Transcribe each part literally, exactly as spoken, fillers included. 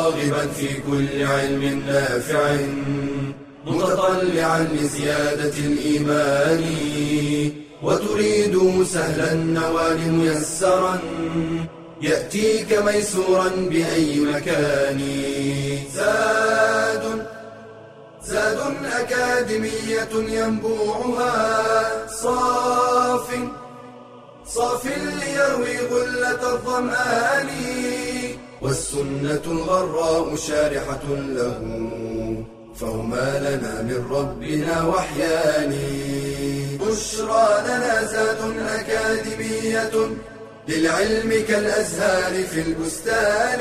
راغبا في كل علم نافع متطلعا لزيادة الإيمان وتريد سهلا النوال ميسرا يأتيك ميسورا بأي مكان. زاد زاد أكاديمية ينبوعها صاف صاف ليروي غلة الظمآن والسنة الغراء شارحة له فهما لنا من ربنا وحيان. بشرى لنا زاد أكاديمية للعلم كالأزهار في البستان.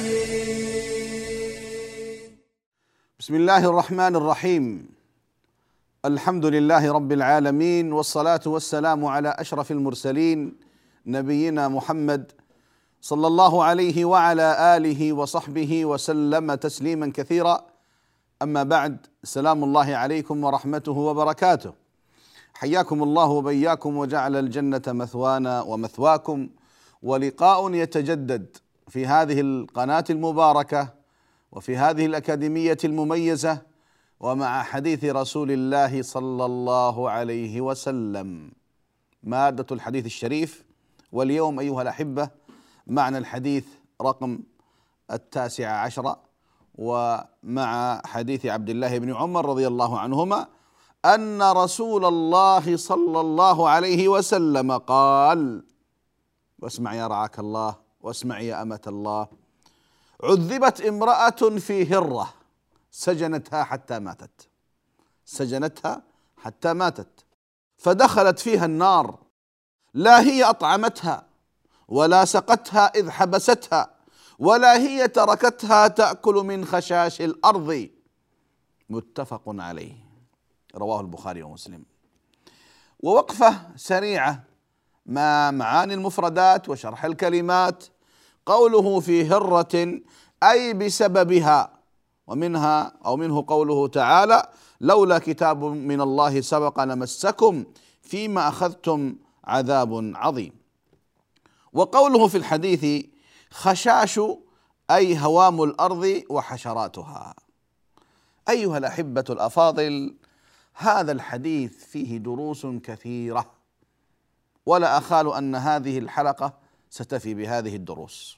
بسم الله الرحمن الرحيم. الحمد لله رب العالمين، والصلاة والسلام على أشرف المرسلين نبينا محمد صلى الله عليه وعلى آله وصحبه وسلم تسليما كثيرا. أما بعد، سلام الله عليكم ورحمته وبركاته. حياكم الله وبياكم وجعل الجنة مثوانا ومثواكم، ولقاء يتجدد في هذه القناة المباركة وفي هذه الأكاديمية المميزة ومع حديث رسول الله صلى الله عليه وسلم، مادة الحديث الشريف. واليوم أيها الأحبة معنا الحديث رقم التاسع عشر، ومع حديث عبد الله بن عمر رضي الله عنهما أن رسول الله صلى الله عليه وسلم قال، واسمع يا رعاك الله واسمع يا أمة الله: عذبت امرأة في هرة سجنتها حتى ماتت سجنتها حتى ماتت فدخلت فيها النار، لا هي أطعمتها ولا سقتها إذ حبستها، ولا هي تركتها تأكل من خشاش الأرض. متفق عليه، رواه البخاري ومسلم. ووقفة سريعة مع معاني المفردات وشرح الكلمات. قوله في هرة أي بسببها، ومنها أو منه قوله تعالى: لولا كتاب من الله سبق لمسكم فيما أخذتم عذاب عظيم. وقوله في الحديث خشاش أي هوام الأرض وحشراتها. أيها الأحبة الأفاضل، هذا الحديث فيه دروس كثيرة، ولا أخال أن هذه الحلقة ستفي بهذه الدروس،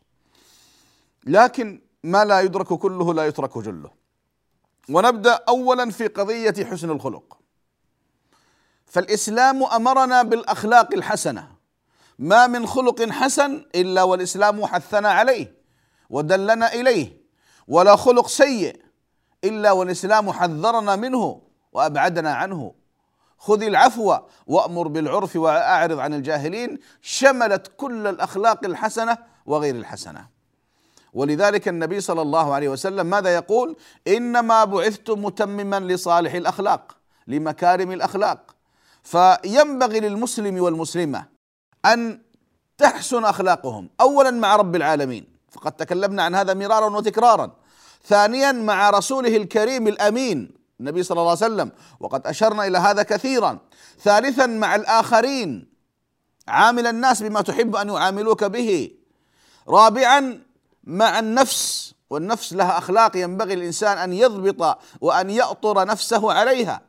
لكن ما لا يدرك كله لا يترك جله. ونبدأ أولا في قضية حسن الخلق. فالإسلام أمرنا بالأخلاق الحسنة، ما من خلق حسن إلا والإسلام حثنا عليه ودلنا إليه، ولا خلق سيء إلا والإسلام حذرنا منه وأبعدنا عنه. خذ العفو وأمر بالعرف وأعرض عن الجاهلين شملت كل الأخلاق الحسنة وغير الحسنة. ولذلك النبي صلى الله عليه وسلم ماذا يقول؟ إنما بعثت متمما لصالح الأخلاق، لمكارم الأخلاق. فينبغي للمسلم والمسلمة أن تحسن أخلاقهم، أولا مع رب العالمين، فقد تكلمنا عن هذا مرارا وتكرارا. ثانيا مع رسوله الكريم الأمين النبي صلى الله عليه وسلم، وقد أشرنا إلى هذا كثيرا. ثالثا مع الآخرين، عامل الناس بما تحب أن يعاملوك به. رابعا مع النفس، والنفس لها أخلاق ينبغي الإنسان أن يضبط وأن يأطر نفسه عليها.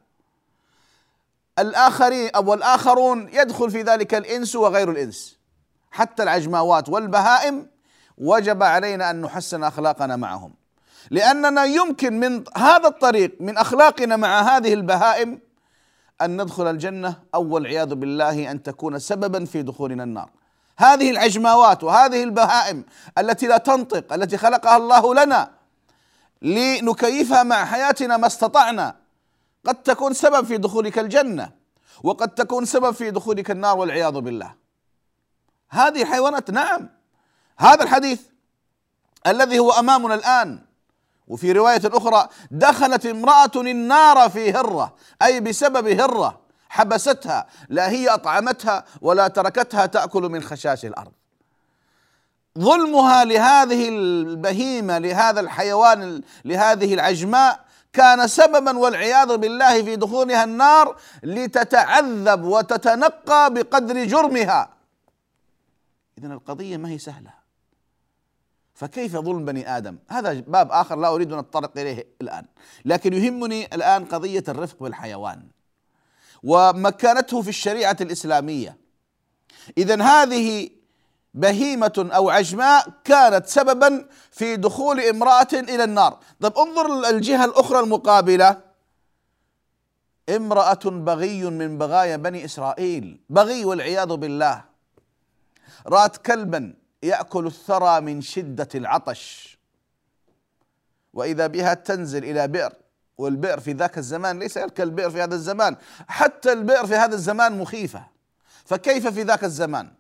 الآخرين أو الآخرون يدخل في ذلك الإنس وغير الإنس، حتى العجماوات والبهائم وجب علينا أن نحسن أخلاقنا معهم، لأننا يمكن من هذا الطريق من أخلاقنا مع هذه البهائم أن ندخل الجنة، أو والعياذ بالله أن تكون سببا في دخولنا النار. هذه العجماوات وهذه البهائم التي لا تنطق، التي خلقها الله لنا لنكيفها مع حياتنا ما استطعنا، قد تكون سبب في دخولك الجنة، وقد تكون سبب في دخولك النار والعياذ بالله. هذه حيوانات، نعم. هذا الحديث الذي هو أمامنا الآن، وفي رواية أخرى دخلت امرأة النار في هرة، أي بسبب هرة حبستها، لا هي أطعمتها ولا تركتها تأكل من خشاش الأرض. ظلمها لهذه البهيمة، لهذا الحيوان، لهذه العجماء، كان سببا والعياذ بالله في دخولها النار، لتتعذب وتتنقى بقدر جرمها. إذن القضية ما هي سهلة. فكيف ظلم بني آدم؟ هذا باب آخر لا أريد أن أتطرق إليه الآن، لكن يهمني الآن قضية الرفق بالحيوان ومكانته في الشريعة الإسلامية. إذن هذه بهيمة أو عجماء كانت سببا في دخول امرأة إلى النار. طب انظر الجهة الأخرى المقابلة، امرأة بغي من بغايا بني إسرائيل، بغي والعياذ بالله، رأت كلبا يأكل الثرى من شدة العطش، وإذا بها تنزل إلى بئر، والبئر في ذاك الزمان ليس كالبئر في هذا الزمان، حتى البئر في هذا الزمان مخيفة، فكيف في ذاك الزمان؟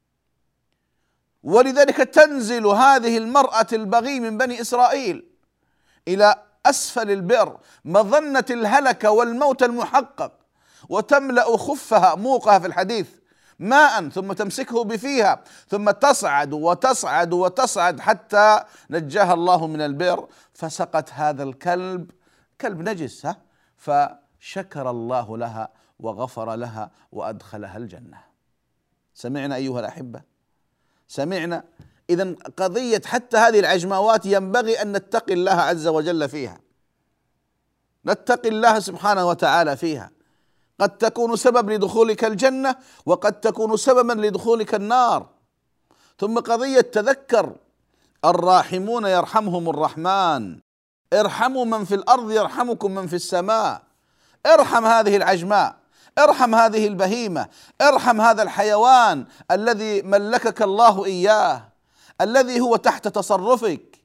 ولذلك تنزل هذه المرأة البغي من بني إسرائيل إلى أسفل البئر مظنة الهلكة والموت المحقق، وتملأ خفها موقها في الحديث ماء، ثم تمسكه بفيها، ثم تصعد وتصعد وتصعد حتى نجاها الله من البئر، فسقت هذا الكلب، كلب نجس، ها فشكر الله لها وغفر لها وأدخلها الجنة. سمعنا أيها الأحبة؟ سمعنا. إذن قضية حتى هذه العجماوات ينبغي أن نتقي الله عز وجل فيها، نتقي الله سبحانه وتعالى فيها. قد تكون سبب لدخولك الجنة وقد تكون سببا لدخولك النار. ثم قضية تذكر الراحمون يرحمهم الرحمن، ارحموا من في الأرض يرحمكم من في السماء. ارحم هذه العجماء، ارحم هذه البهيمة، ارحم هذا الحيوان الذي ملكك الله إياه، الذي هو تحت تصرفك.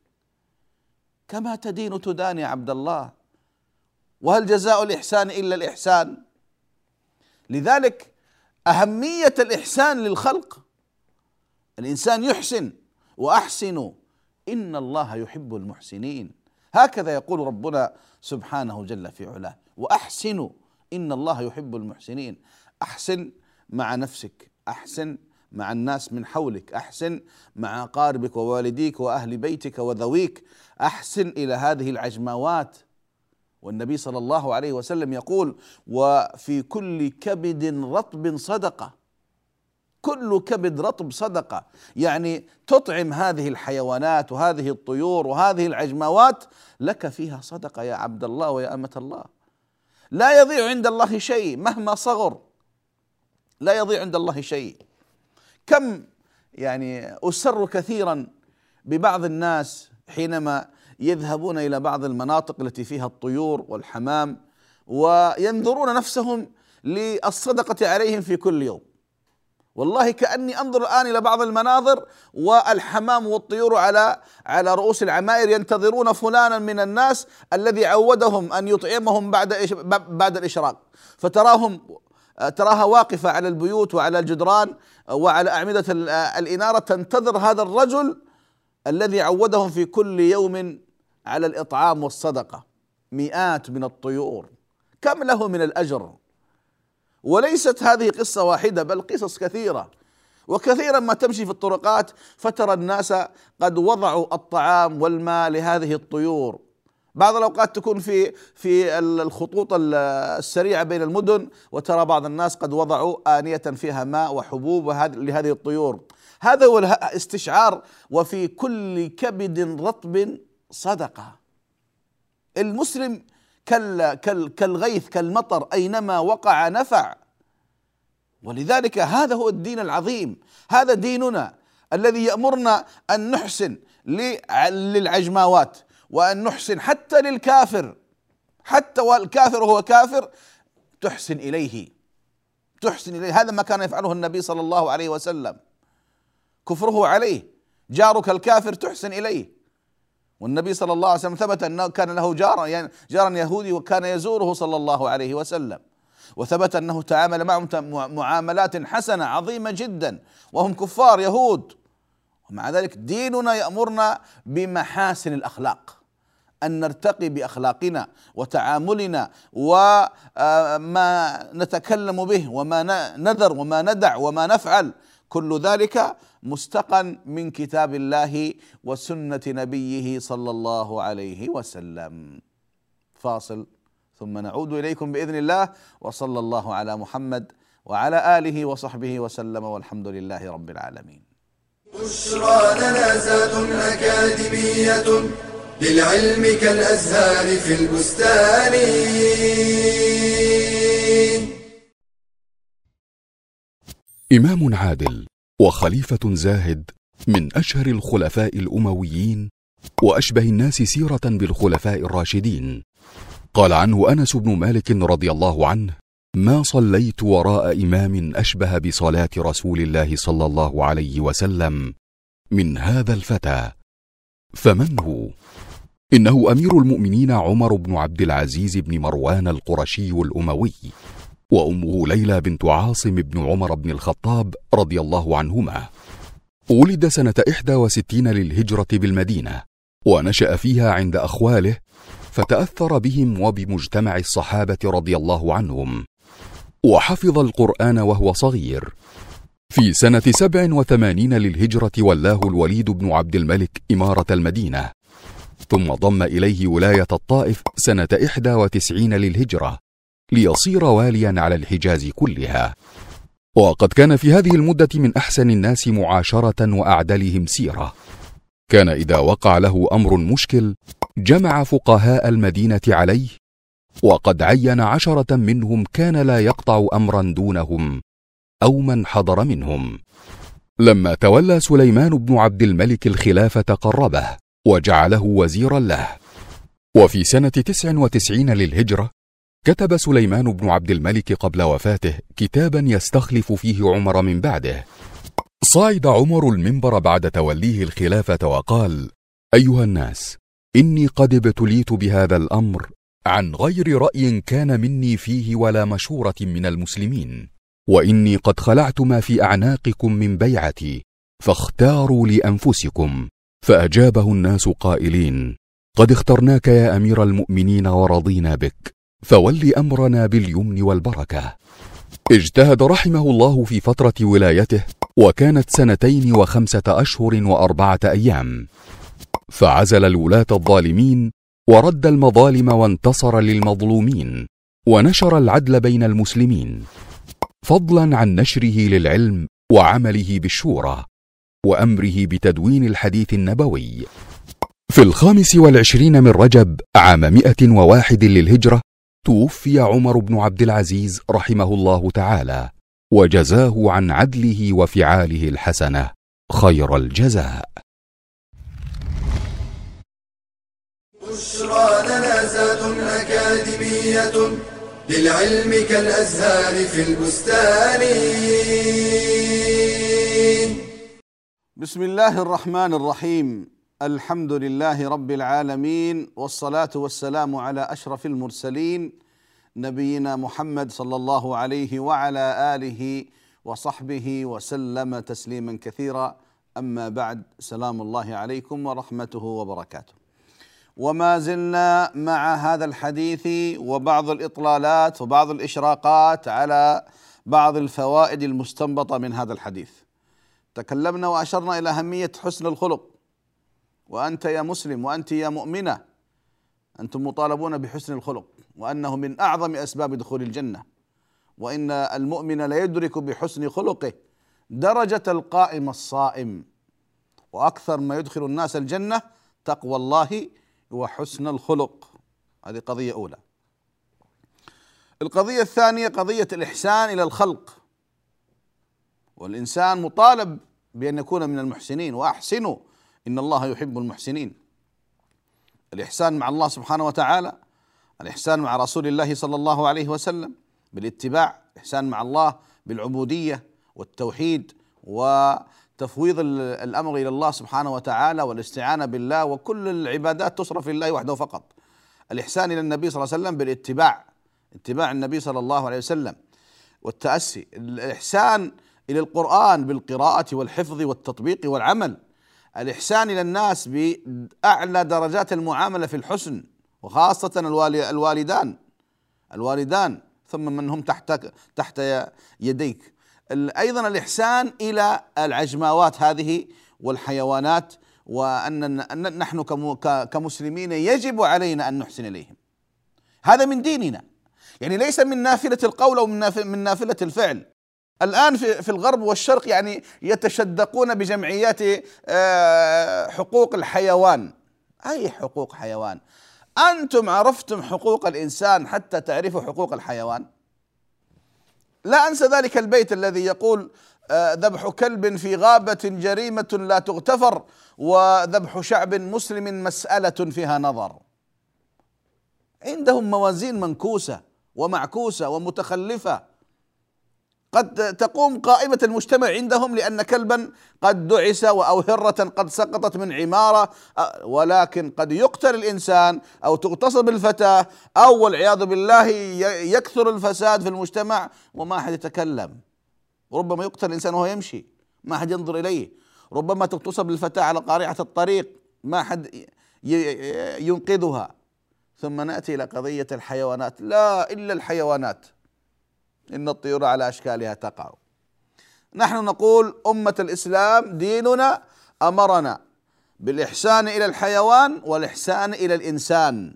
كما تدين تدان يا عبد الله، وهل جزاء الإحسان إلا الإحسان؟ لذلك أهمية الإحسان للخلق، الإنسان يحسن، وأحسنوا إن الله يحب المحسنين، هكذا يقول ربنا سبحانه جل في علاه، وأحسنوا إن الله يحب المحسنين. أحسن مع نفسك، أحسن مع الناس من حولك، أحسن مع أقاربك ووالديك وأهل بيتك وذويك، أحسن إلى هذه العجماوات. والنبي صلى الله عليه وسلم يقول: وفي كل كبد رطب صدقة، كل كبد رطب صدقة، يعني تطعم هذه الحيوانات وهذه الطيور وهذه العجماوات، لك فيها صدقة يا عبد الله ويا أمة الله. لا يضيع عند الله شيء مهما صغر، لا يضيع عند الله شيء. كم يعني أسر كثيرا ببعض الناس حينما يذهبون إلى بعض المناطق التي فيها الطيور والحمام، وينظرون نفسهم للصدقة عليهم في كل يوم. والله كأني أنظر الآن إلى بعض المناظر والحمام والطيور على على رؤوس العمائر ينتظرون فلانا من الناس الذي عودهم أن يطعمهم بعد بعد الإشراق، فتراهم تراها واقفة على البيوت وعلى الجدران وعلى أعمدة الإنارة تنتظر هذا الرجل الذي عودهم في كل يوم على الإطعام والصدقة. مئات من الطيور، كم له من الأجر؟ وليست هذه قصة واحدة بل قصص كثيرة، وكثيرا ما تمشي في الطرقات فترى الناس قد وضعوا الطعام والماء لهذه الطيور. بعض الأوقات تكون في في الخطوط السريعة بين المدن، وترى بعض الناس قد وضعوا آنية فيها ماء وحبوب لهذه الطيور. هذا هو استشعار وفي كل كبد رطب صدقة. المسلم كالغيث كالمطر، أينما وقع نفع. ولذلك هذا هو الدين العظيم، هذا ديننا الذي يأمرنا أن نحسن للعجماوات، وأن نحسن حتى للكافر، حتى والكافر هو كافر تحسن إليه، تحسن إليه. هذا ما كان يفعله النبي صلى الله عليه وسلم، كفره عليه. جارك الكافر تحسن إليه. والنبي صلى الله عليه وسلم ثبت أنه كان له جارا، يعني جارا يهودي، وكان يزوره صلى الله عليه وسلم، وثبت أنه تعامل معهم معاملات حسنة عظيمة جدا وهم كفار يهود. ومع ذلك ديننا يأمرنا بمحاسن الأخلاق، أن نرتقي بأخلاقنا وتعاملنا وما نتكلم به وما نذر وما ندع وما نفعل، كل ذلك مستقى من كتاب الله وسنة نبيه صلى الله عليه وسلم. فاصل ثم نعود إليكم بإذن الله، وصلى الله على محمد وعلى آله وصحبه وسلم، والحمد لله رب العالمين. بشرى لنا زاد أكاديمية للعلم كالأزهار في البستان. إمام عادل وخليفة زاهد من أشهر الخلفاء الأمويين وأشبه الناس سيرة بالخلفاء الراشدين. قال عنه أنس بن مالك رضي الله عنه: ما صليت وراء إمام أشبه بصلاة رسول الله صلى الله عليه وسلم من هذا الفتى. فمن هو؟ إنه أمير المؤمنين عمر بن عبد العزيز بن مروان القرشي الأموي، وأمه ليلى بنت عاصم بن عمر بن الخطاب رضي الله عنهما. ولد سنة إحدى وستين للهجرة بالمدينة، ونشأ فيها عند أخواله، فتأثر بهم وبمجتمع الصحابة رضي الله عنهم، وحفظ القرآن وهو صغير. في سنة سبع وثمانين للهجرة ولاه الوليد بن عبد الملك إمارة المدينة، ثم ضم إليه ولاية الطائف سنة إحدى وتسعين للهجرة ليصير واليا على الحجاز كلها. وقد كان في هذه المدة من أحسن الناس معاشرة وأعدلهم سيرة. كان إذا وقع له أمر مشكل جمع فقهاء المدينة عليه، وقد عين عشرة منهم كان لا يقطع أمرا دونهم أو من حضر منهم. لما تولى سليمان بن عبد الملك الخلافة قربه وجعله وزيرا له. وفي سنة تسع وتسعين للهجرة كتب سليمان بن عبد الملك قبل وفاته كتابا يستخلف فيه عمر من بعده. صعد عمر المنبر بعد توليه الخلافة وقال: أيها الناس، إني قد ابتليت بهذا الأمر عن غير رأي كان مني فيه ولا مشورة من المسلمين، وإني قد خلعت ما في أعناقكم من بيعتي، فاختاروا لأنفسكم. فأجابه الناس قائلين: قد اخترناك يا أمير المؤمنين ورضينا بك، فول أمرنا باليمن والبركة. اجتهد رحمه الله في فترة ولايته، وكانت سنتين وخمسة أشهر وأربعة أيام، فعزل الولاة الظالمين ورد المظالم وانتصر للمظلومين، ونشر العدل بين المسلمين، فضلا عن نشره للعلم وعمله بالشورى وأمره بتدوين الحديث النبوي. في الخامس والعشرين من رجب عام مئة وواحد للهجرة توفي عمر بن عبد العزيز رحمه الله تعالى، وجزاه عن عدله وفعاله الحسنة خير الجزاء. بشرى لنا زاد أكاديمية للعلم كالأزهار في البستان. بسم الله الرحمن الرحيم. الحمد لله رب العالمين، والصلاة والسلام على أشرف المرسلين نبينا محمد صلى الله عليه وعلى آله وصحبه وسلم تسليما كثيرا. أما بعد، سلام الله عليكم ورحمته وبركاته. وما زلنا مع هذا الحديث وبعض الإطلالات وبعض الإشراقات على بعض الفوائد المستنبطة من هذا الحديث. تكلمنا وأشرنا إلى أهمية حسن الخلق، وأنت يا مسلم وأنت يا مؤمنة أنتم مطالبون بحسن الخلق، وأنه من أعظم أسباب دخول الجنة، وإن المؤمن لا يدرك بحسن خلقه درجة القائم الصائم، وأكثر ما يدخل الناس الجنة تقوى الله وحسن الخلق. هذه قضية أولى. القضية الثانية قضية الإحسان إلى الخلق، والإنسان مطالب بأن يكون من المحسنين، وأحسنوا إن الله يحب المحسنين. الإحسان مع الله سبحانه وتعالى، الإحسان مع رسول الله صلى الله عليه وسلم بالاتباع، الإحسان مع الله بالعبودية والتوحيد وتفويض الأمر إلى الله سبحانه وتعالى والاستعانة بالله، وكل العبادات تصرف لله وحده فقط. الإحسان إلى النبي صلى الله عليه وسلم بالاتباع، اتباع النبي صلى الله عليه وسلم والتأسي. الإحسان إلى القرآن بالقراءة والحفظ والتطبيق والعمل. الإحسان إلى الناس بأعلى درجات المعاملة في الحسن، وخاصة الوالدان الوالدان ثم من هم تحت تحت يديك. أيضا الإحسان إلى العجماوات هذه والحيوانات، وأن نحن كمسلمين يجب علينا أن نحسن إليهم. هذا من ديننا، يعني ليس من نافلة القول أو من نافلة الفعل، الآن في في الغرب والشرق يعني يتشدقون بجمعيات حقوق الحيوان. أي حقوق حيوان؟ أنتم عرفتم حقوق الإنسان حتى تعرفوا حقوق الحيوان؟ لا أنسى ذلك البيت الذي يقول ذبح كلب في غابة جريمة لا تغتفر، وذبح شعب مسلم مسألة فيها نظر. عندهم موازين منكوسة ومعكوسة ومتخلفة. قد تقوم قائمة المجتمع عندهم لأن كلبا قد دعس أو هرة قد سقطت من عمارة، ولكن قد يقتل الإنسان أو تغتصب الفتاة أو والعياذ بالله يكثر الفساد في المجتمع وما أحد يتكلم. ربما يقتل الإنسان وهو يمشي ما أحد ينظر إليه، ربما تغتصب الفتاة على قارعة الطريق ما أحد ينقذها. ثم نأتي إلى قضية الحيوانات، لا إلا الحيوانات، إن الطيور على أشكالها تقع. نحن نقول أمة الإسلام ديننا أمرنا بالإحسان إلى الحيوان والإحسان إلى الإنسان.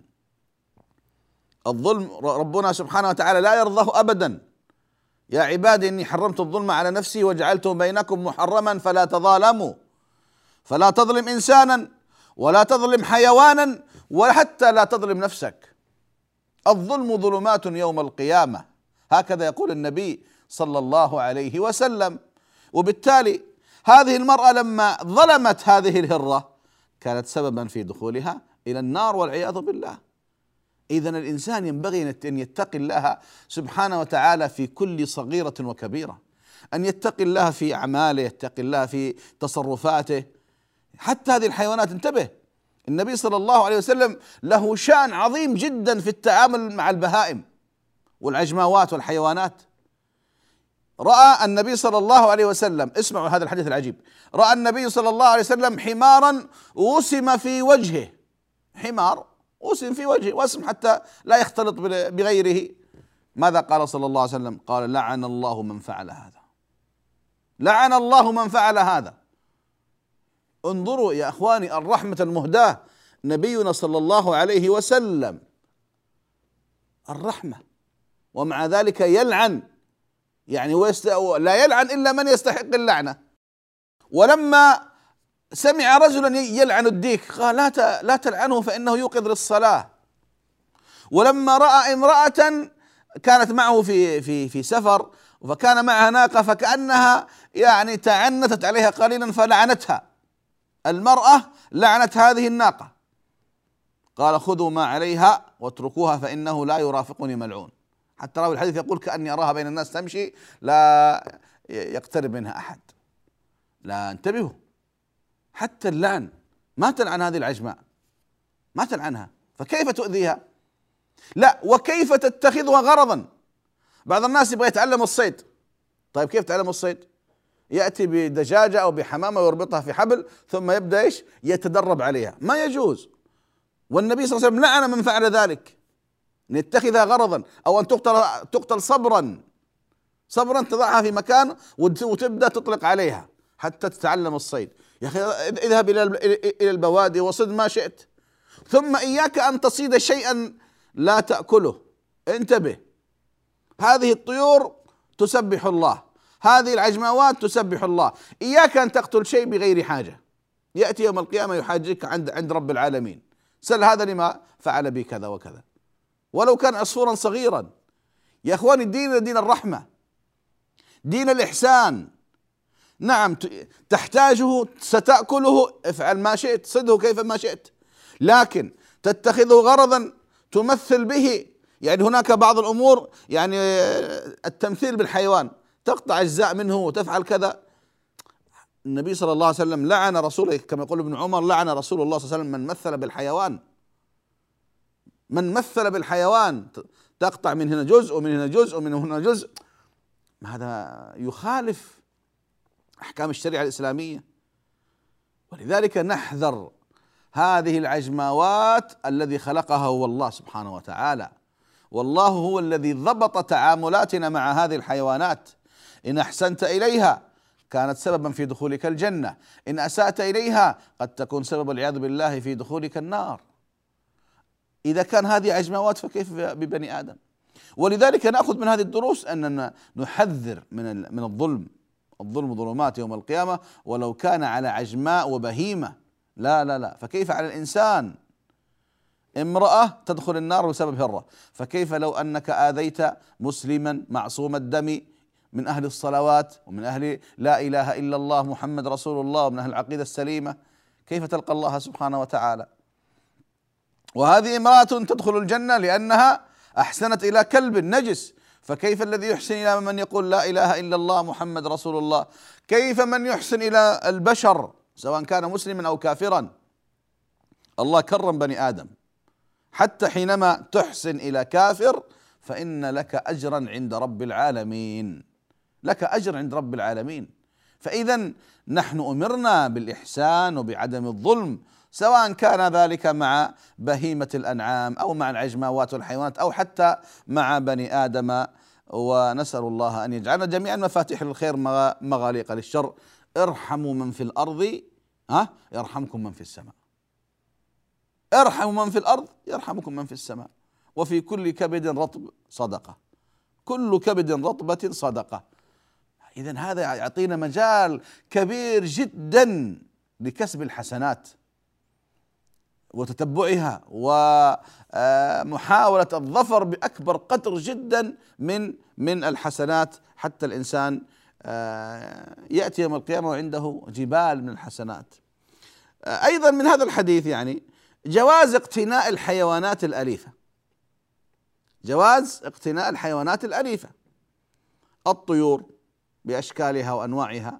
الظلم ربنا سبحانه وتعالى لا يرضاه أبدا. يا عبادي إني حرمت الظلم على نفسي وجعلته بينكم محرما فلا تظالموا. فلا تظلم إنسانا ولا تظلم حيوانا وحتى لا تظلم نفسك. الظلم ظلمات يوم القيامة، هكذا يقول النبي صلى الله عليه وسلم. وبالتالي هذه المرأة لما ظلمت هذه الهرة كانت سببا في دخولها إلى النار والعياذ بالله. إذن الإنسان ينبغي أن يتقي الله سبحانه وتعالى في كل صغيرة وكبيرة، أن يتقي الله في أعماله، يتقي الله في تصرفاته. حتى هذه الحيوانات، انتبه، النبي صلى الله عليه وسلم له شأن عظيم جدا في التعامل مع البهائم والعجماوات والحيوانات. رأى النبي صلى الله عليه وسلم، اسمعوا هذا الحديث العجيب، رأى النبي صلى الله عليه وسلم حمارا وسم في وجهه، حمار وسم في وجهه، وسم حتى لا يختلط بغيره. ماذا قال صلى الله عليه وسلم؟ قال لعن الله من فعل هذا، لعن الله من فعل هذا. انظروا يا اخواني الرحمة المهداة، نبينا صلى الله عليه وسلم الرحمة، ومع ذلك يلعن، يعني ويست... لا يلعن إلا من يستحق اللعنة. ولما سمع رجلا يلعن الديك قال لا ت... لا تلعنه فإنه يوقظ للصلاة. ولما رأى امرأة كانت معه في في في سفر فكان معها ناقة فكأنها يعني تعنتت عليها قليلا فلعنتها، المرأة لعنت هذه الناقة، قال خذوا ما عليها واتركوها فإنه لا يرافقني ملعون. حتى راوي الحديث يقول كأني أراها بين الناس تمشي لا يقترب منها أحد. لا، انتبهوا، حتى اللعن ما تلعن هذه العجماء، ما تلعنها، فكيف تؤذيها؟ لا، وكيف تتخذها غرضا. بعض الناس يبغى يتعلم الصيد. طيب كيف تعلم الصيد؟ يأتي بدجاجة أو بحمامة ويربطها في حبل ثم يبدأ إيش؟ يتدرب عليها. ما يجوز. والنبي صلى الله عليه وسلم لعن من فعل ذلك، أن يتخذها غرضا أو أن تقتل تقتل صبرا صبرا تضعها في مكان وتبدأ تطلق عليها حتى تتعلم الصيد. يا أخي اذهب إلى البوادي وصد ما شئت، ثم إياك أن تصيد شيئا لا تأكله. انتبه، هذه الطيور تسبح الله، هذه العجماوات تسبح الله. إياك أن تقتل شيء بغير حاجة، يأتي يوم القيامة يحاجك عند عند رب العالمين، سل هذا لما فعل بي كذا وكذا، ولو كان عصفورا صغيرا. يا اخواني الدين دين الرحمة، دين الإحسان. نعم تحتاجه ستأكله، افعل ما شئت، صده كيف ما شئت، لكن تتخذه غرضا تمثل به. يعني هناك بعض الأمور، يعني التمثيل بالحيوان، تقطع أجزاء منه وتفعل كذا. النبي صلى الله عليه وسلم لعن رسوله، كما يقول ابن عمر لعن رسول الله صلى الله عليه وسلم من مثل بالحيوان، من مثل بالحيوان، تقطع من هنا جزء ومن هنا جزء ومن هنا جزء. هذا يخالف أحكام الشريعة الإسلامية. ولذلك نحذر هذه العجماوات، الذي خلقها هو الله سبحانه وتعالى، والله هو الذي ضبط تعاملاتنا مع هذه الحيوانات. إن أحسنت إليها كانت سببا في دخولك الجنة، إن أسأت إليها قد تكون سبب والعياذ بالله في دخولك النار. إذا كان هذه عجماوات فكيف ببني آدم؟ ولذلك نأخذ من هذه الدروس أننا نحذر من من الظلم. الظلم ظلمات يوم القيامة ولو كان على عجماء وبهيمة. لا لا لا فكيف على الإنسان؟ امرأة تدخل النار بسبب هرة، فكيف لو أنك آذيت مسلما معصوم الدم من أهل الصلوات ومن أهل لا إله إلا الله محمد رسول الله ومن أهل العقيدة السليمة؟ كيف تلقى الله سبحانه وتعالى؟ وهذه امرأة تدخل الجنة لأنها أحسنت إلى كلب نجس، فكيف الذي يحسن إلى من يقول لا إله إلا الله محمد رسول الله؟ كيف من يحسن إلى البشر سواء كان مسلما أو كافرا؟ الله كرم بني آدم، حتى حينما تحسن إلى كافر فإن لك أجرا عند رب العالمين، لك أجر عند رب العالمين. فإذا نحن أمرنا بالإحسان وبعدم الظلم، سواء كان ذلك مع بهيمة الأنعام أو مع العجماوات والحيوانات أو حتى مع بني آدم. ونسأل الله أن يجعلنا جميعا مفاتيح للخير مغاليق للشر. ارحموا من في الأرض ها يرحمكم من في السماء، ارحموا من في الأرض يرحمكم من في السماء. وفي كل كبد رطب صدقة، كل كبد رطبة صدقة. إذن هذا يعطينا مجال كبير جدا لكسب الحسنات وتتبعها ومحاولة الظفر بأكبر قدر جدا من من الحسنات، حتى الإنسان يأتي يوم القيامة وعنده جبال من الحسنات. أيضا من هذا الحديث يعني جواز اقتناء الحيوانات الأليفة، جواز اقتناء الحيوانات الأليفة، الطيور بأشكالها وأنواعها،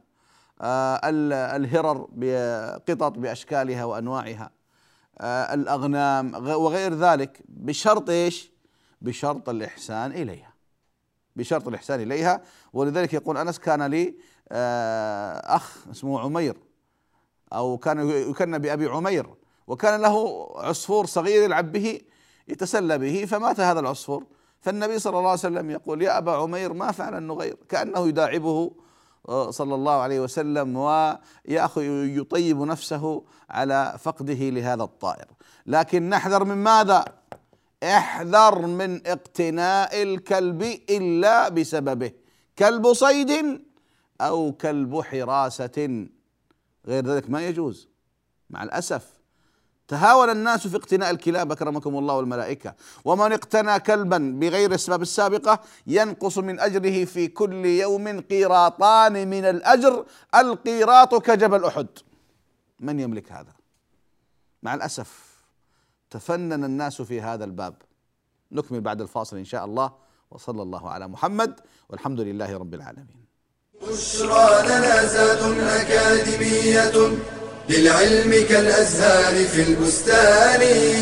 الهرر بقطط بأشكالها وأنواعها، الأغنام وغير ذلك، بشرط إيش؟ بشرط الإحسان إليها، بشرط الإحسان إليها. ولذلك يقول أنس كان لي أخ اسمه عمير أو كان يكنى بأبي عمير، وكان له عصفور صغير يلعب به يتسلى به، فمات هذا العصفور، فالنبي صلى الله عليه وسلم يقول يا أبا عمير ما فعل النغير، كأنه يداعبه صلى الله عليه وسلم ويأخذ يطيب نفسه على فقده لهذا الطائر. لكن نحذر من ماذا؟ احذر من اقتناء الكلب إلا بسببه، كلب صيد أو كلب حراسة، غير ذلك ما يجوز. مع الأسف تهاون الناس في اقتناء الكلاب أكرمكم الله والملائكة، ومن اقتنى كلبا بغير الأسباب السابقة ينقص من أجره في كل يوم قيراطان من الأجر، القيراط كجبل أحد. من يملك هذا؟ مع الأسف تفنن الناس في هذا الباب. نكمل بعد الفاصل إن شاء الله، وصلى الله على محمد والحمد لله رب العالمين. بشرى لنا زاد أكاديمية للعلم كالأزهار في البستان.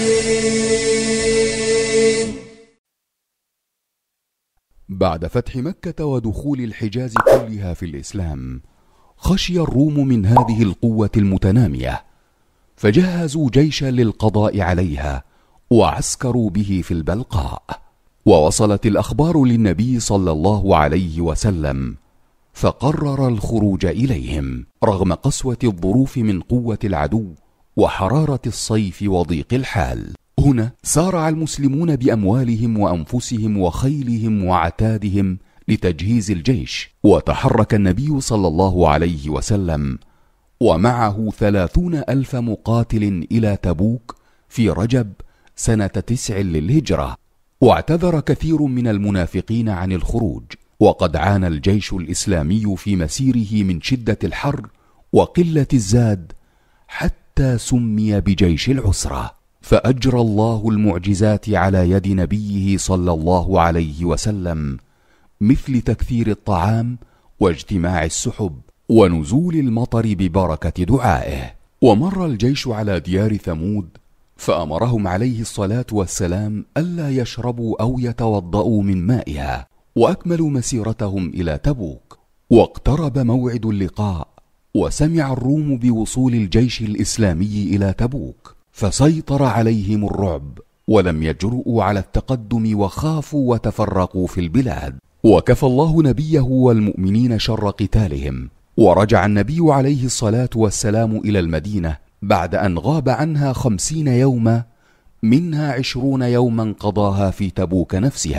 بعد فتح مكة ودخول الحجاز كلها في الإسلام، خشي الروم من هذه القوة المتنامية، فجهزوا جيشا للقضاء عليها وعسكروا به في البلقاء. ووصلت الأخبار للنبي صلى الله عليه وسلم، فقرر الخروج إليهم رغم قسوة الظروف من قوة العدو وحرارة الصيف وضيق الحال. هنا سارع المسلمون بأموالهم وأنفسهم وخيلهم وعتادهم لتجهيز الجيش، وتحرك النبي صلى الله عليه وسلم ومعه ثلاثون ألف مقاتل إلى تبوك في رجب سنة تسع للهجرة. واعتذر كثير من المنافقين عن الخروج، وقد عانى الجيش الإسلامي في مسيره من شدة الحر وقلة الزاد حتى سمي بجيش العسرة. فأجرى الله المعجزات على يد نبيه صلى الله عليه وسلم، مثل تكثير الطعام واجتماع السحب ونزول المطر ببركة دعائه. ومر الجيش على ديار ثمود، فأمرهم عليه الصلاة والسلام ألا يشربوا أو يتوضأوا من مائها، وأكملوا مسيرتهم إلى تبوك. واقترب موعد اللقاء، وسمع الروم بوصول الجيش الإسلامي إلى تبوك، فسيطر عليهم الرعب ولم يجرؤوا على التقدم، وخافوا وتفرقوا في البلاد. وكفى الله نبيه والمؤمنين شر قتالهم، ورجع النبي عليه الصلاة والسلام إلى المدينة بعد أن غاب عنها خمسين يوما، منها عشرون يوما قضاها في تبوك نفسها.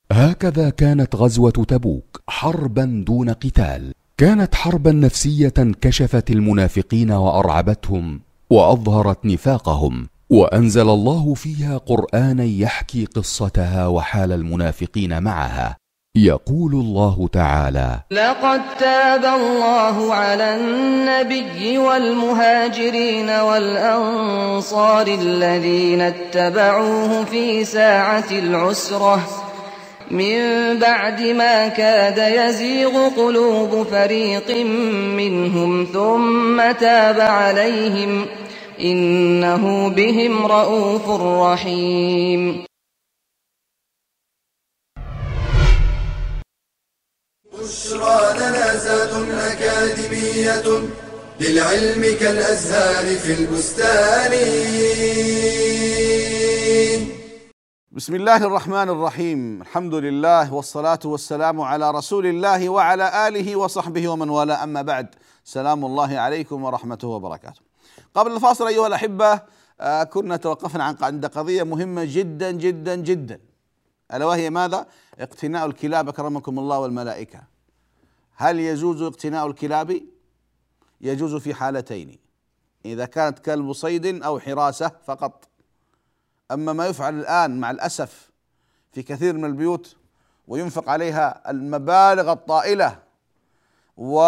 هكذا كانت غزوة تبوك حربا دون قتال، كانت حربا نفسية كشفت المنافقين وأرعبتهم وأظهرت نفاقهم، وأنزل الله فيها قرآنا يحكي قصتها وحال المنافقين معها. يقول الله تعالى: لقد تاب الله على النبي والمهاجرين والأنصار الذين اتبعوه في ساعة العسرة من بعد ما كاد يزيغ قلوب فريق منهم ثم تاب عليهم إنه بهم رءوف رحيم. بشرى لنا زاد أكاديمية للعلم كالأزهار في البستان. بسم الله الرحمن الرحيم، الحمد لله والصلاة والسلام على رسول الله وعلى آله وصحبه ومن والاه، أما بعد، سلام الله عليكم ورحمته وبركاته. قبل الفاصل أيها الأحبة آه كنا توقفنا عن عند قضية مهمة جدا جدا جدا، ألا وهي ماذا؟ اقتناء الكلاب أكرمكم الله والملائكة. هل يجوز اقتناء الكلاب؟ يجوز في حالتين: إذا كانت كلب صيد أو حراسة فقط. أما ما يفعل الآن مع الأسف في كثير من البيوت وينفق عليها المبالغ الطائلة و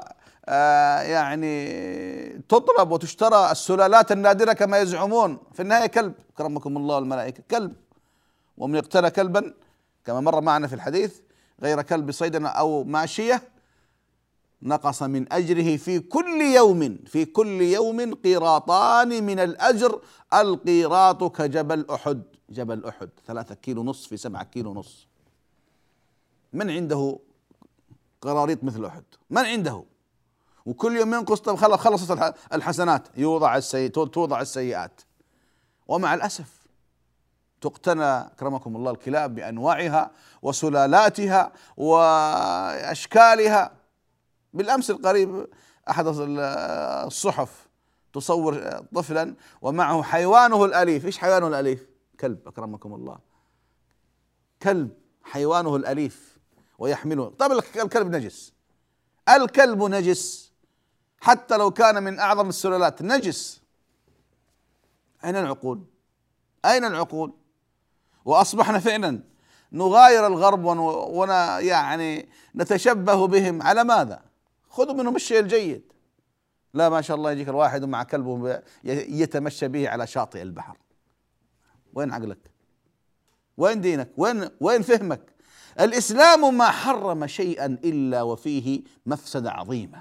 يعني تطلب وتشترى السلالات النادرة كما يزعمون، في النهاية كلب أكرمكم الله والملائكة، كلب. ومن اقتنى كلبا كما مر معنا في الحديث غير كلب صيد أو ماشية نقص من أجره في كل يوم في كل يوم قيراطان من الأجر. القيراط كجبل أحد، جبل أحد ثلاثة كيلو نصف في سبعة كيلو نصف. من عنده قراريط مثل أحد؟ من عنده؟ وكل يوم ينقص. طب خلصت الحسنات يوضع السيئات توضع السيئات. ومع الأسف تقتنى أكرمكم الله الكلاب بأنواعها وسلالاتها وأشكالها. بالأمس القريب أحد الصحف تصور طفلا ومعه حيوانه الأليف. إيش حيوانه الأليف؟ كلب أكرمكم الله، كلب حيوانه الأليف ويحمله. طب الكلب نجس، الكلب نجس حتى لو كان من أعظم السلالات، نجس. أين العقول؟ أين العقول؟ وأصبحنا فعلا نغاير الغرب ون يعني نتشبه بهم. على ماذا؟ خذوا منهم الشيء الجيد. لا ما شاء الله يجيك الواحد ومع كلبه يتمشى به على شاطئ البحر. وين عقلك؟ وين دينك؟ وين وين فهمك؟ الإسلام ما حرم شيئا إلا وفيه مفسدة عظيمة.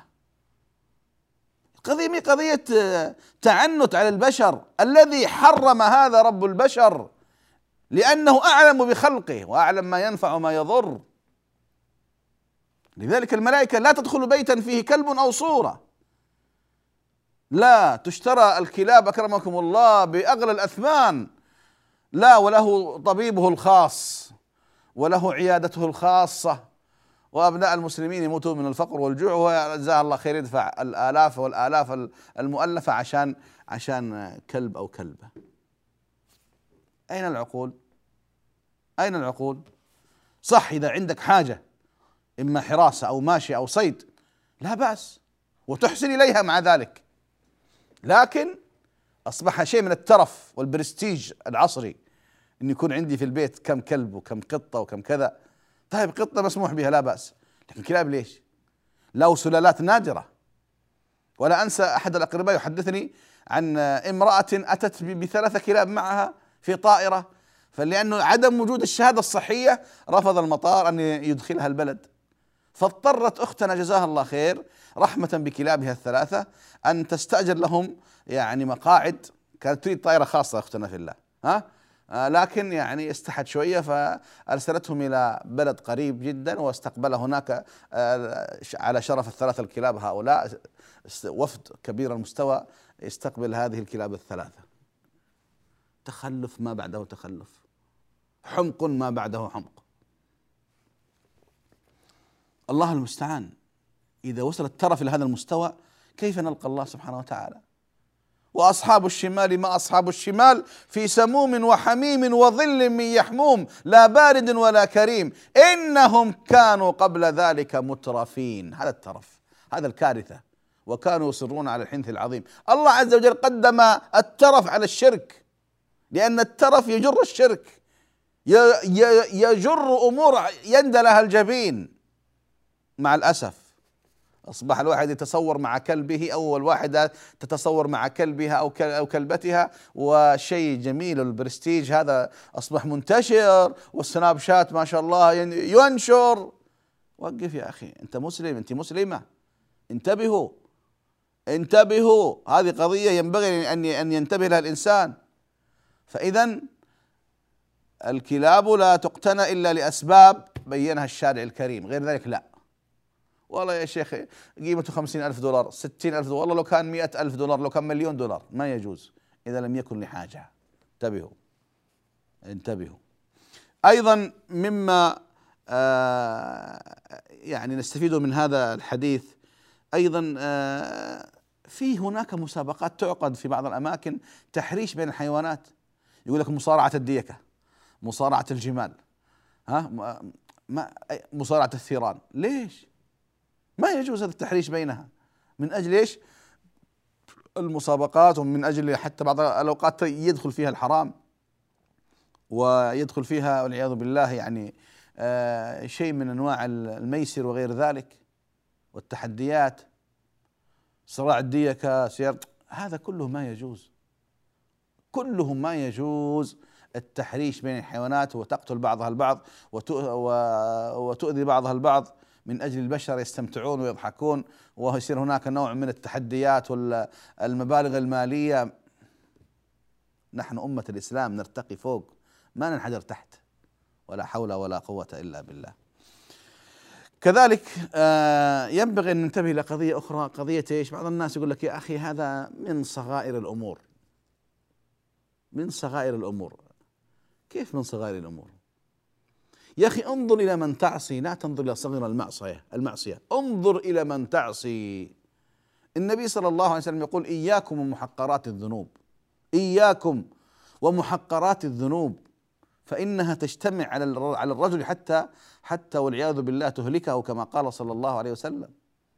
قضية قضية تعنت على البشر. الذي حرم هذا رب البشر لأنه أعلم بخلقه وأعلم ما ينفع وما يضر. لذلك الملائكة لا تدخل بيتا فيه كلب أو صورة. لا تشترى الكلاب أكرمكم الله بأغلى الأثمان. لا، وله طبيبه الخاص وله عيادته الخاصة، وأبناء المسلمين يموتون من الفقر والجوع وجزاه الله خير يدفع الآلاف والآلاف المؤلفة عشان عشان كلب أو كلبة. أين العقول؟ أين العقول؟ صح إذا عندك حاجة إما حراسة أو ماشية أو صيد لا بأس وتحسن إليها مع ذلك، لكن أصبح شيء من الترف والبرستيج العصري أن يكون عندي في البيت كم كلب وكم قطة وكم كذا. طيب قطة مسموح بها لا بأس، لكن كلاب ليش؟ له سلالات نادرة. ولا أنسى أحد الأقرباء يحدثني عن امرأة أتت بثلاثة كلاب معها في طائرة، فلأنه عدم وجود الشهادة الصحية رفض المطار أن يدخلها البلد، فاضطرت أختنا جزاها الله خير رحمة بكلابها الثلاثة أن تستأجر لهم يعني مقاعد. كانت تريد طائرة خاصة أختنا في الله، ها آه لكن يعني استحت شوية فأرسلتهم إلى بلد قريب جدا واستقبل هناك آه على شرف الثلاثة الكلاب هؤلاء وفد كبير المستوى يستقبل هذه الكلاب الثلاثة. تخلف ما بعده تخلف، حمق ما بعده حمق. الله المستعان. إذا وصل الترف إلى هذا المستوى كيف نلقى الله سبحانه وتعالى؟ وأصحاب الشمال ما أصحاب الشمال في سموم وحميم وظل من يحموم لا بارد ولا كريم إنهم كانوا قبل ذلك مترفين. هذا الترف، هذا الكارثة، وكانوا يصرون على الحنث العظيم. الله عز وجل قدم الترف على الشرك، لأن الترف يجر الشرك، يجر أمور يندى لها الجبين. مع الأسف أصبح الواحد يتصور مع كلبه، أو الواحدة تتصور مع كلبها أو أو كلبتها، وشيء جميل البرستيج هذا أصبح منتشر، والسناب شات ما شاء الله ينشر. وقف يا أخي، أنت مسلم، أنت مسلمة، انتبهوا انتبهوا، هذه قضية ينبغي أن أن ينتبه لها الإنسان. فإذا الكلاب لا تقتنى إلا لأسباب بينها الشارع الكريم، غير ذلك لا. والله يا شيخ قيمته خمسين ألف دولار، ستين ألف دولار، والله لو كان مئة ألف دولار، لو كان مليون دولار، ما يجوز إذا لم يكن لحاجة. انتبهوا انتبهوا. أيضا مما آه يعني نستفيد من هذا الحديث أيضا آه في هناك مسابقات تعقد في بعض الأماكن تحريش بين الحيوانات، يقول لك مصارعة الديكة، مصارعة الجمال، ها ما مصارعة الثيران. ليش؟ ما يجوز هذا التحريش بينها، من أجل إيش؟ المسابقات، ومن أجل حتى بعض الأوقات يدخل فيها الحرام، ويدخل فيها والعياذ بالله يعني آه شيء من أنواع الميسر وغير ذلك والتحديات، صراع الديكة، سير، هذا كله ما يجوز، كله ما يجوز. التحريش بين الحيوانات وتقتل بعضها البعض وتؤذي بعضها البعض من أجل البشر يستمتعون ويضحكون، ويصير هناك نوع من التحديات والمبالغ المالية. نحن أمة الإسلام نرتقي فوق، ما ننحدر تحت، ولا حول ولا قوة إلا بالله. كذلك ينبغي أن ننتبه إلى قضية أخرى، قضية إيش؟ بعض الناس يقول لك يا أخي هذا من صغائر الأمور، من صغائر الأمور. كيف من صغائر الأمور؟ يا أخي انظر إلى من تعصي، لا تنظر إلى صغير المعصية المعصية انظر إلى من تعصي. النبي صلى الله عليه وسلم يقول إياكم ومحقرات الذنوب، إياكم ومحقرات الذنوب، فإنها تجتمع على على الرجل حتى حتى والعياذ بالله تهلكه، كما قال صلى الله عليه وسلم.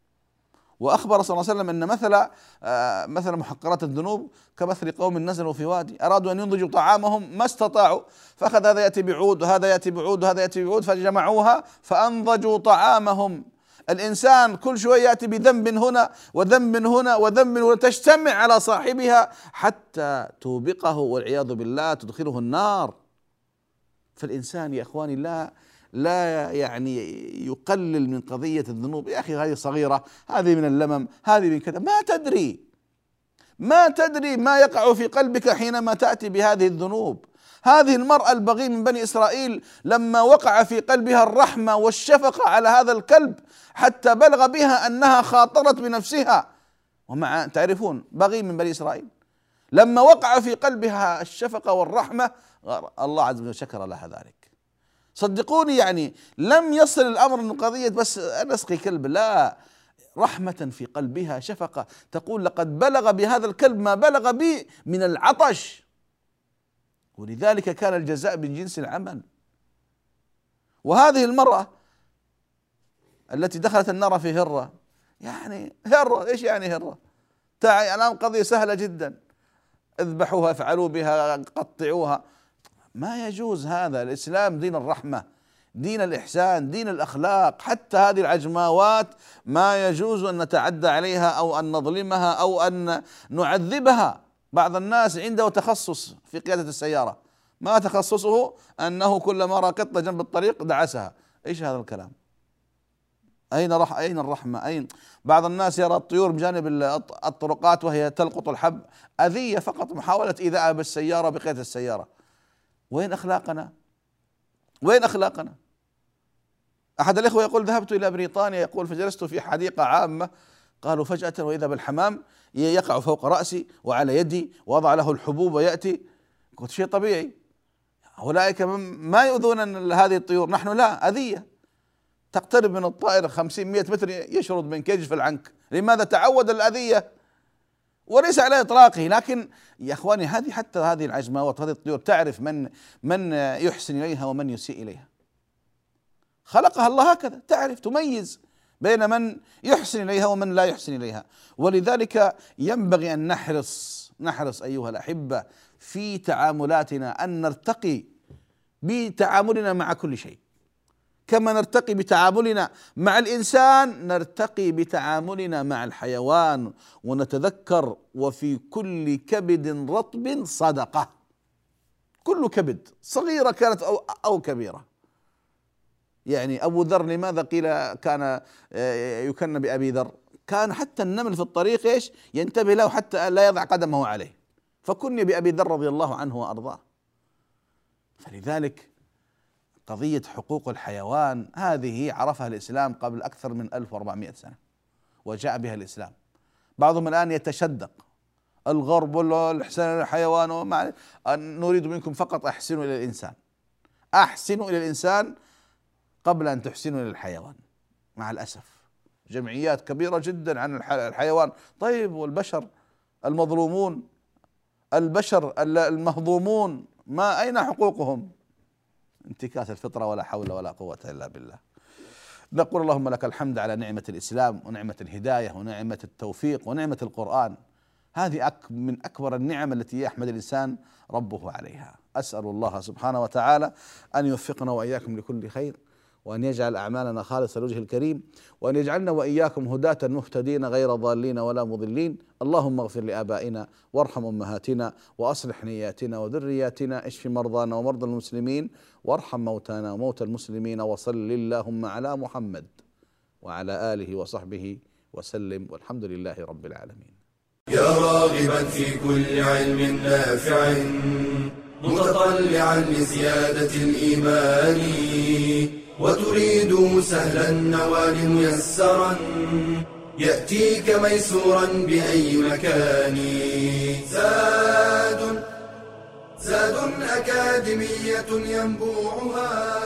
وأخبر صلى الله عليه وسلم أن مثل آه مثل محقرات الذنوب كمثل قوم نزلوا في وادي أرادوا أن ينضجوا طعامهم ما استطاعوا، فأخذ هذا يأتي بعود وهذا يأتي بعود وهذا يأتي بعود فجمعوها فأنضجوا طعامهم. الإنسان كل شوية يأتي بذنب هنا وذنب هنا وذنب هنا، تجتمع على صاحبها حتى توبقه والعياذ بالله، تدخله النار. فالإنسان يا إخواني لا لا يعني يقلل من قضية الذنوب. يا أخي هذه صغيرة، هذه من اللمم، هذه من كذا، ما تدري ما تدري ما يقع في قلبك حينما تأتي بهذه الذنوب. هذه المرأة البغي من بني إسرائيل لما وقع في قلبها الرحمة والشفقة على هذا الكلب حتى بلغ بها أنها خاطرت بنفسها، ومع تعرفون بغي من بني إسرائيل لما وقع في قلبها الشفقة والرحمة الله عز وجل شكر لها ذلك. صدقوني يعني لم يصل الأمر من قضية بس أنا أسقي كلب، لا، رحمة في قلبها، شفقة، تقول لقد بلغ بهذا الكلب ما بلغ بي من العطش، ولذلك كان الجزاء من جنس العمل. وهذه المرأة التي دخلت النار في هرة، يعني هرة ايش يعني هرة؟ تعي الآن قضية سهلة جدا، اذبحوها، افعلوا بها، قطعوها. ما يجوز هذا. الإسلام دين الرحمة، دين الإحسان، دين الأخلاق. حتى هذه العجماوات ما يجوز أن نتعدى عليها أو أن نظلمها أو أن نعذبها. بعض الناس عنده تخصص في قيادة السيارة، ما تخصصه أنه كلما رأى قطة جنب الطريق دعسها. إيش هذا الكلام؟ أين رح أين الرحمة؟ أين؟ بعض الناس يرى الطيور بجانب الطرقات وهي تلقط الحب، أذية فقط، محاولة إيذاء بالسيارة بقيادة السيارة. وين أخلاقنا؟ وين أخلاقنا؟ أحد الإخوة يقول ذهبت إلى بريطانيا، يقول فجلست في حديقة عامة، قالوا فجأة وإذا بالحمام يقع فوق رأسي وعلى يدي، وضع له الحبوب ويأتي. قلت شيء طبيعي، أولئك ما يؤذون هذه الطيور، نحن لا، أذية. تقترب من الطائر خمسين مئة متر يشرد منك، يجفل عنك. لماذا؟ تعود الأذية. وليس على إطلاقه، لكن يا إخواني هذه حتى هذه العجماوات هذه الطيور تعرف من من يحسن إليها ومن يسيء إليها. خلقها الله هكذا، تعرف تميز بين من يحسن إليها ومن لا يحسن إليها. ولذلك ينبغي أن نحرص نحرص أيها الأحبة في تعاملاتنا أن نرتقي بتعاملنا مع كل شيء، كما نرتقي بتعاملنا مع الإنسان نرتقي بتعاملنا مع الحيوان، ونتذكر وفي كل كبد رطب صدقة، كل كبد صغيرة كانت أو, أو كبيرة. يعني أبو ذر لماذا قيل كان يكن بأبي ذر؟ كان حتى النمل في الطريق ايش ينتبه له حتى لا يضع قدمه عليه، فكن بأبي ذر رضي الله عنه وأرضاه. فلذلك قضية حقوق الحيوان هذه عرفها الإسلام قبل أكثر من ألف وأربعمائة سنة وجاء بها الإسلام. بعضهم الآن يتشدق الغرب والإحسان للحيوان وما نريد منكم فقط أحسنوا إلى الإنسان، أحسنوا إلى الإنسان قبل أن تحسنوا إلى الحيوان. مع الأسف جمعيات كبيرة جدا عن الحيوان. طيب والبشر المظلومون، البشر المهضومون، ما أين حقوقهم؟ انتكاس الفطرة، ولا حول ولا قوة إلا بالله. نقول اللهم لك الحمد على نعمة الإسلام ونعمة الهداية ونعمة التوفيق ونعمة القرآن، هذه أك من أكبر النعم التي يحمد الإنسان ربه عليها. أسأل الله سبحانه وتعالى أن يوفقنا وإياكم لكل خير، وأن يجعل أعمالنا خالصة لوجهه الكريم، وأن يجعلنا وإياكم هداة مهتدين غير ضالين ولا مضلين. اللهم اغفر لآبائنا وارحم أمهاتنا وأصلح نياتنا وذرياتنا، اشف مرضانا ومرضى المسلمين وارحم موتانا وموتى المسلمين، وصل اللهم على محمد وعلى آله وصحبه وسلم، والحمد لله رب العالمين. يا راغبا في كل علم نافع متطلعا لزيادة الإيمان، وتريد سهلا النوال ميسرا يأتيك ميسورا بأي مكان. زاد زاد أكاديمية ينبوعها